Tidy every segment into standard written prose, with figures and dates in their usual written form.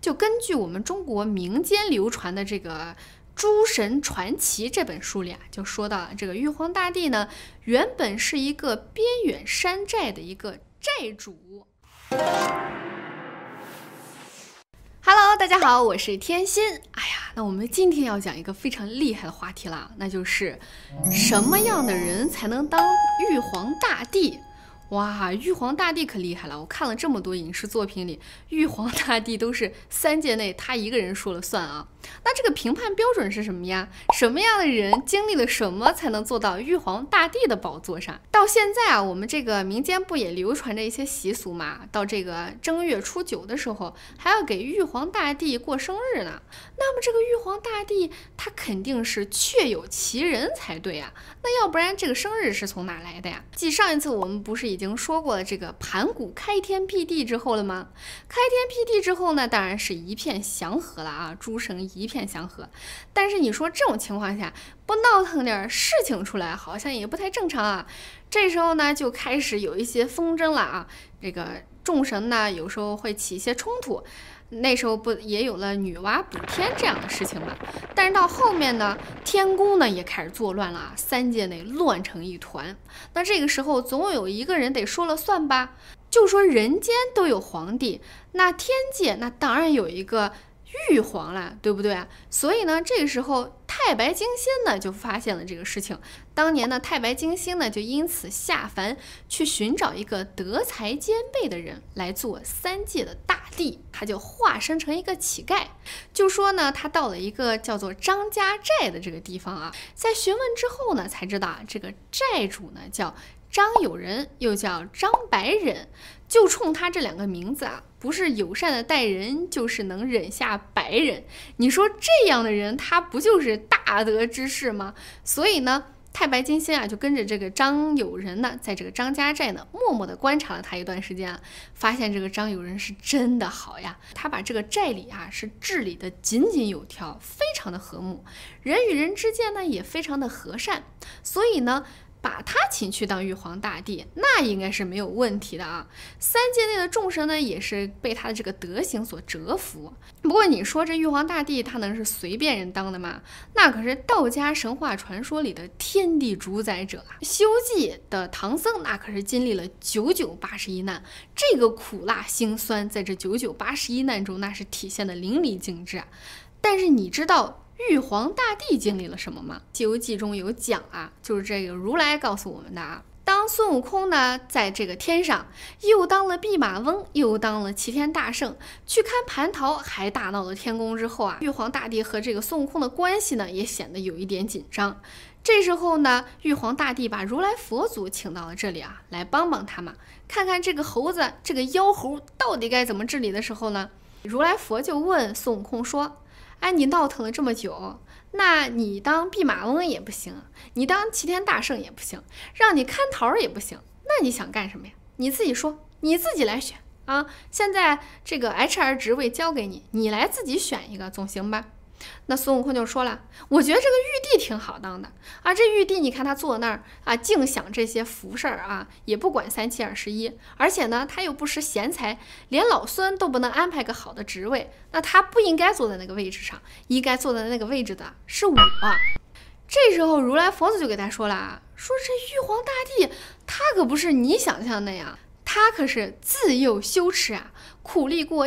就根据我们中国民间流传的这个诸神传奇这本书里啊，就说到了这个玉皇大帝呢，原本是一个边远山寨的一个寨主。Hello， 大家好，我是天心。哎呀，那我们今天要讲一个非常厉害的话题了，那就是什么样的人才能当玉皇大帝？哇，玉皇大帝可厉害了！我看了这么多影视作品里，玉皇大帝都是3届内他一个人说了算啊。那这个评判标准是什么呀？什么样的人经历了什么才能做到玉皇大帝的宝座上？到现在啊，我们这个民间不也流传着一些习俗嘛？到这个正月初9的时候，还要给玉皇大帝过生日呢。那么这个玉皇大帝他肯定是确有其人才对啊，那要不然这个生日是从哪来的呀？继上一次我们不是已经说过了这个盘古开天辟地之后了吗？开天辟地之后呢，当然是一片祥和了啊，诸神一片祥和。但是你说这种情况下不闹腾点事情出来，好像也不太正常啊。这时候呢，就开始有一些纷争了啊。这个众神呢，有时候会起一些冲突。那时候不也有了女娲补天这样的事情嘛？但是到后面呢，天宫呢也开始作乱了啊，3届内乱成一团。那这个时候总有一个人得说了算吧？就说人间都有皇帝，那天界那当然有一个玉皇了，对不对啊？所以呢，这个时候太白金星呢就发现了这个事情。当年呢，太白金星呢就因此下凡去寻找一个德才兼备的人来做3界的大帝。他就化身成一个乞丐，就说呢，他到了一个叫做张家寨的这个地方啊。在询问之后呢，才知道这个寨主呢叫张友仁，又叫张白忍。就冲他这2个名字啊，不是友善的待人，就是能忍下白忍。你说这样的人，他不就是大德之士吗？所以呢，太白金星啊，就跟着这个张友仁呢，在这个张家寨呢，默默地观察了他一段时间啊，发现这个张友仁是真的好呀。他把这个寨里啊，是治理的井井有条，非常的和睦，人与人之间呢，也非常的和善。所以呢，把他请去当玉皇大帝，那应该是没有问题的啊。3界内的众神呢，也是被他的这个德行所折服。不过你说这玉皇大帝他能是随便人当的吗？那可是道家神话传说里的天地主宰者啊。西游记的唐僧那可是经历了9981难，这个苦辣辛酸在这9981难中那是体现的淋漓尽致啊。但是你知道玉皇大帝经历了什么吗？《西游记》中有讲啊，就是这个如来告诉我们的啊。当孙悟空呢，在这个天上又当了弼马温，又当了齐天大圣，去看蟠桃，还大闹了天宫之后啊，玉皇大帝和这个孙悟空的关系呢，也显得有一点紧张。这时候呢，玉皇大帝把如来佛祖请到了这里啊，来帮帮他嘛，看看这个猴子，这个妖猴到底该怎么治理的时候呢，如来佛就问孙悟空说，哎，你闹腾了这么久，那你当弼马温也不行，你当齐天大圣也不行，让你看桃也不行，那你想干什么呀？你自己说，你自己来选啊！现在这个 HR 职位交给你，你来自己选一个总行吧？那孙悟空就说了，我觉得这个玉帝挺好当的啊，这玉帝你看他坐那儿啊，净想这些福事儿啊，也不管3七21，而且呢他又不识贤才，连老孙都不能安排个好的职位，那他不应该坐在那个位置上，应该坐在那个位置的是我。这时候如来佛祖就给他说了，说这玉皇大帝他可不是你想象那样，他可是自幼修持啊，苦力过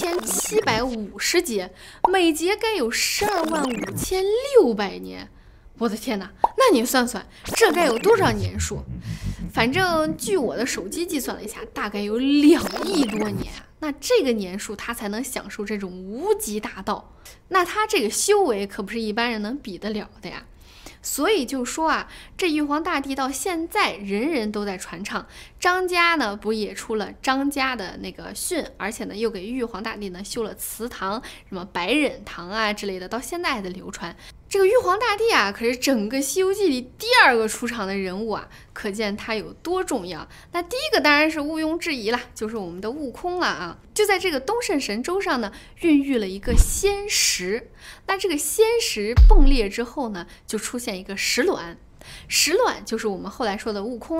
1750劫，每劫该有125600年。我的天哪，那你算算，这该有多少年数？反正据我的手机计算了一下，大概有2亿多年。那这个年数他才能享受这种无极大道，那他这个修为可不是一般人能比得了的呀。所以就说啊，这玉皇大帝到现在人人都在传唱，张家呢不也出了张家的那个训，而且呢又给玉皇大帝呢修了祠堂，什么白忍堂啊之类的，到现在还在流传。这个玉皇大帝啊，可是整个《西游记》里第2个出场的人物啊，可见他有多重要。那第一个当然是毋庸置疑了，就是我们的悟空了啊。就在这个东胜神州上呢，孕育了一个仙石。那这个仙石迸裂之后呢，就出现一个石卵，石卵就是我们后来说的悟空啦。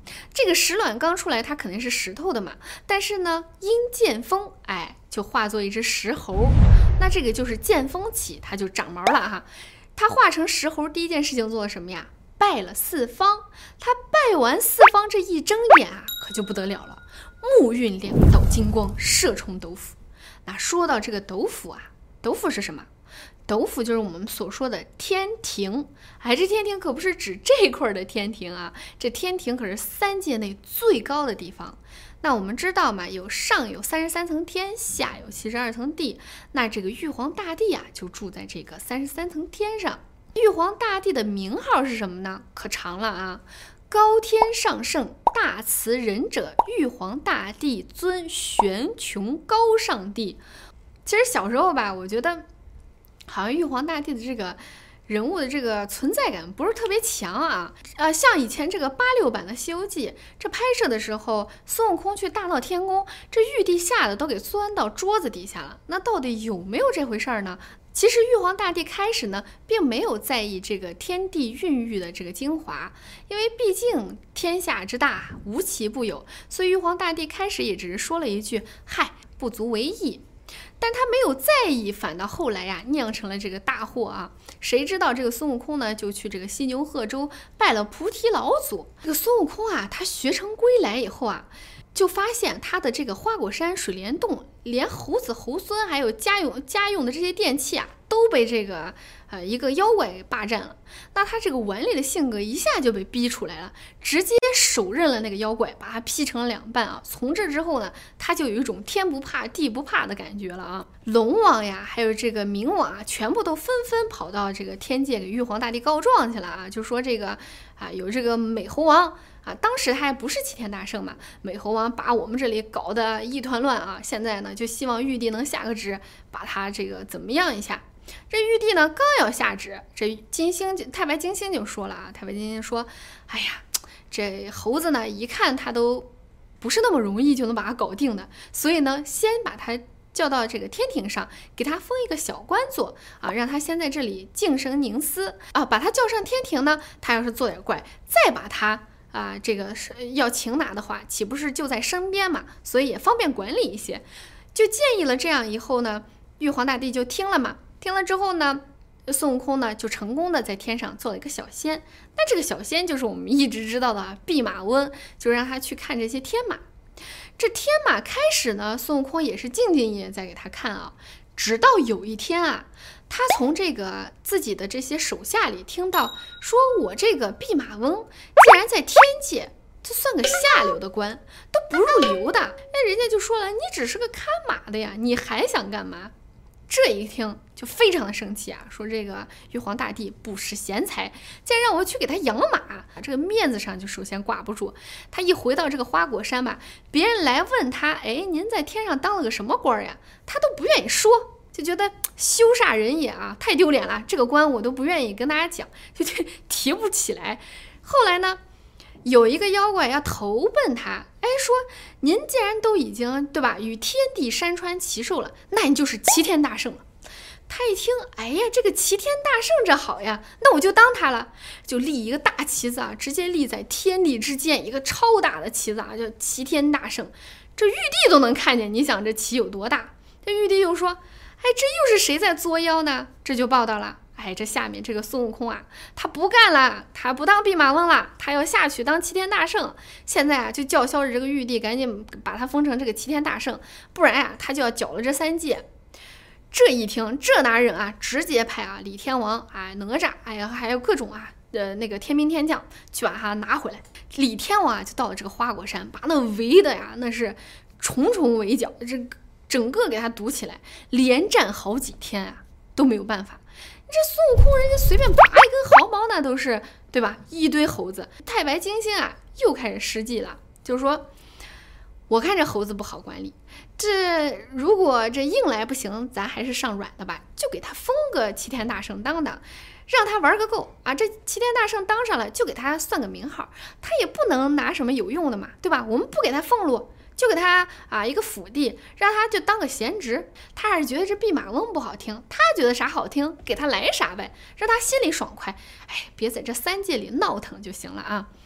这个石卵刚出来，它肯定是石头的嘛，但是呢，因见风，就化作一只石猴。那这个就是见风起，它就长毛了哈。它化成石猴，第一件事情做了什么呀？拜了四方。它拜完四方，这一睁眼啊，可就不得了了，目运两道金光，射冲斗府。那说到这个斗府啊，斗府是什么？斗府就是我们所说的天庭。这天庭可不是指这块的天庭啊，这天庭可是3界内最高的地方。那我们知道嘛，上有33层天，下有72层地。那这个玉皇大帝啊，就住在这个33层天上。玉皇大帝的名号是什么呢？可长了啊！高天上圣，大慈仁者，玉皇大帝尊玄穹高上帝。其实小时候吧，我觉得好像玉皇大帝的这个人物的这个存在感不是特别强啊。像以前这个86版的《西游记》，这拍摄的时候，孙悟空去大闹天宫，这玉帝吓得都给钻到桌子底下了。那到底有没有这回事呢？其实玉皇大帝开始呢，并没有在意这个天地孕育的这个精华，因为毕竟天下之大，无奇不有，所以玉皇大帝开始也只是说了一句：“嗨，不足为意。”但他没有在意，反倒后来呀酿成了这个大祸啊！谁知道这个孙悟空呢，就去这个犀牛贺州拜了菩提老祖。这个孙悟空啊，他学成归来以后啊，就发现他的这个花果山水帘洞，连猴子猴孙还有家用的这些电器啊，都被这个一个妖怪给霸占了。那他这个顽劣的性格一下就被逼出来了，直接手刃了那个妖怪，把他劈成了2半啊！从这之后呢，他就有一种天不怕地不怕的感觉了啊！龙王呀，还有这个冥王啊，全部都纷纷跑到这个天界给玉皇大帝告状去了啊！就说这个有这个美猴王啊，当时他还不是齐天大圣嘛，美猴王把我们这里搞得一团乱啊！现在呢，就希望玉帝能下个旨，把他这个怎么样一下。这玉帝呢，刚要下旨，这太白金星就说了啊，太白金星说：“哎呀，这猴子呢，一看他都不是那么容易就能把他搞定的，所以呢，先把他叫到这个天庭上，给他封一个小官做啊，让他先在这里静神凝思啊，把他叫上天庭呢，他要是做点怪，再把他这个要擒拿的话，岂不是就在身边嘛？所以也方便管理一些，就建议了。这样以后呢，玉皇大帝就听了嘛。听了之后呢，孙悟空呢就成功的在天上做了一个小仙。那这个小仙就是我们一直知道的弼马温，就让他去看这些天马。这天马开始呢，孙悟空也是兢兢业业在给他看啊。直到有一天啊，他从这个自己的这些手下里听到说，我这个弼马温竟然在天界这算个下流的官，都不入流的。那人家就说了，你只是个看马的呀，你还想干嘛？这一听就非常的生气啊，说这个玉皇大帝不识贤才，竟然让我去给他养马，这个面子上就首先挂不住。他一回到这个花果山吧，别人来问他，您在天上当了个什么官呀？他都不愿意说，就觉得羞煞人也啊，太丢脸了，这个官我都不愿意跟大家讲，就提不起来。后来呢，有一个妖怪要投奔他，说您既然都已经对吧，与天地山川齐寿了，那你就是齐天大圣了。他一听，这个齐天大圣这好呀，那我就当他了，就立一个大旗子啊，直接立在天地之间，一个超大的旗子啊，叫齐天大圣。这玉帝都能看见，你想这旗有多大？这玉帝又说，这又是谁在作妖呢？这就报道了。这下面这个孙悟空啊，他不干了，他不当弼马温了，他要下去当齐天大圣。现在啊，就叫嚣着这个玉帝赶紧把他封成这个齐天大圣，不然啊，他就要搅了这3界。这一听，这哪忍啊，直接派李天王哪吒，还有各种那个天兵天将去把他拿回来。李天王就到了这个花果山，把那围的呀，那是重重围剿，这整个给他堵起来，连战好几天啊，都没有办法。这孙悟空人家随便拔一根毫毛，那都是对吧？一堆猴子。太白金星啊，又开始施计了，就是说，我看这猴子不好管理，这如果这硬来不行，咱还是上软的吧，就给他封个齐天大圣当，让他玩个够啊！这齐天大圣当上了，就给他算个名号，他也不能拿什么有用的嘛，对吧？我们不给他俸禄，就给他一个府地，让他就当个闲职。他还是觉得这弼马温不好听，他觉得啥好听，给他来啥呗，让他心里爽快。别在这3界里闹腾就行了啊。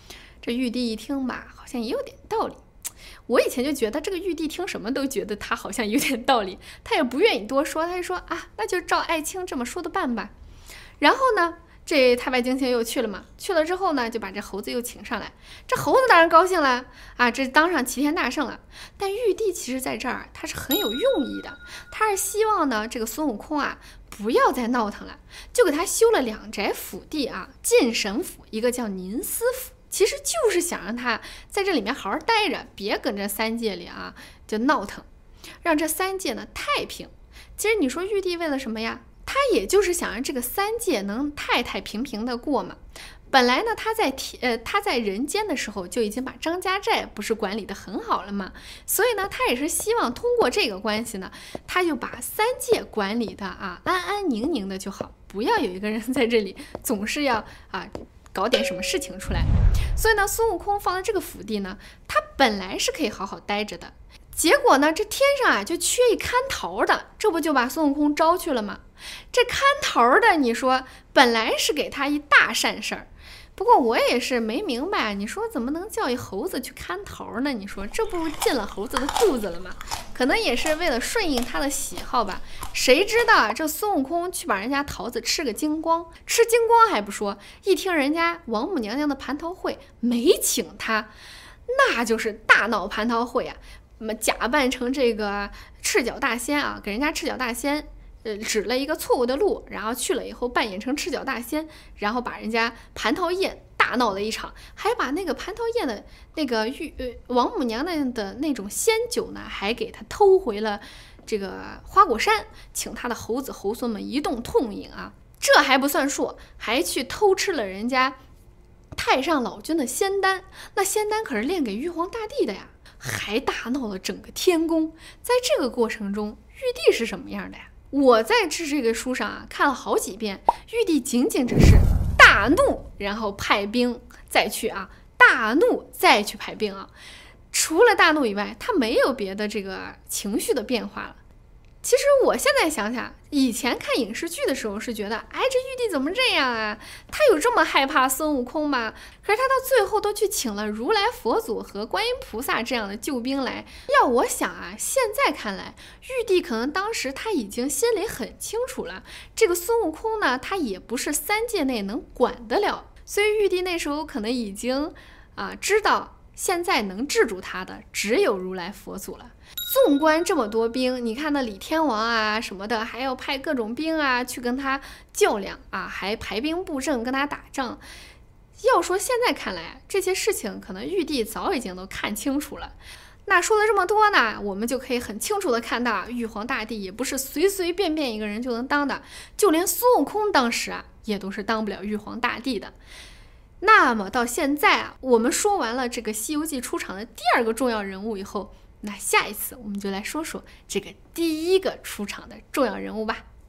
这玉帝一听吧，好像也有点道理。我以前就觉得这个玉帝听什么都觉得他好像有点道理，他也不愿意多说，他就说啊，那就照爱卿这么说的办吧。然后呢，这太白金星又去了嘛，去了之后呢，就把这猴子又请上来，这猴子当然高兴了啊，这当上齐天大圣了。但玉帝其实在这儿他是很有用意的，他是希望呢这个孙悟空啊不要再闹腾了，就给他修了2宅府地啊，晋神府一个叫宁司府，其实就是想让他在这里面好好待着，别跟这3界里啊就闹腾，让这3界呢太平。其实你说玉帝为了什么呀？他也就是想让这个3界能太平平的过嘛。本来呢，他在人间的时候就已经把张家寨不是管理得很好了嘛，所以呢，他也是希望通过这个关系呢，他就把3界管理的啊安安宁宁的就好，不要有一个人在这里总是要啊搞点什么事情出来。所以呢，孙悟空放的这个府地呢，他本来是可以好好待着的。结果呢，这天上啊就缺一看桃的，这不就把孙悟空招去了吗？这看桃的，你说本来是给他一大善事儿，不过我也是没明白，你说怎么能叫一猴子去看桃呢？你说这不进了猴子的肚子了吗？可能也是为了顺应他的喜好吧。谁知道这孙悟空去把人家桃子吃个精光，吃精光还不说，一听人家王母娘娘的蟠桃会没请他，那就是大闹蟠桃会啊。假扮成这个赤脚大仙啊，给人家赤脚大仙指了一个错误的路，然后去了以后扮演成赤脚大仙，然后把人家蟠桃宴大闹了一场，还把那个蟠桃宴的那个王母娘娘的那种仙酒呢，还给他偷回了这个花果山，请他的猴子猴孙们一动痛饮啊。这还不算数，还去偷吃了人家太上老君的仙丹，那仙丹可是炼给玉皇大帝的呀，还大闹了整个天宫。在这个过程中，玉帝是什么样的呀？我在这个书上啊看了好几遍，玉帝仅仅只是大怒，然后派兵再去啊，大怒再去派兵啊，除了大怒以外，他没有别的这个情绪的变化了。其实我现在想想，以前看影视剧的时候是觉得，哎，这玉帝怎么这样啊？他有这么害怕孙悟空吗？可是他到最后都去请了如来佛祖和观音菩萨这样的救兵来。要我想啊，现在看来，玉帝可能当时他已经心里很清楚了，这个孙悟空呢，他也不是3界内能管得了，所以玉帝那时候可能已经知道现在能制住他的只有如来佛祖了。纵观这么多兵，你看那李天王啊什么的，还要派各种兵啊去跟他较量啊，还排兵布阵跟他打仗。要说现在看来，这些事情可能玉帝早已经都看清楚了。那说了这么多呢，我们就可以很清楚的看到，玉皇大帝也不是随随便便一个人就能当的，就连孙悟空当时啊，也都是当不了玉皇大帝的。那么到现在啊，我们说完了这个《西游记》出场的第2个重要人物以后，那下一次我们就来说说这个第1个出场的重要人物吧。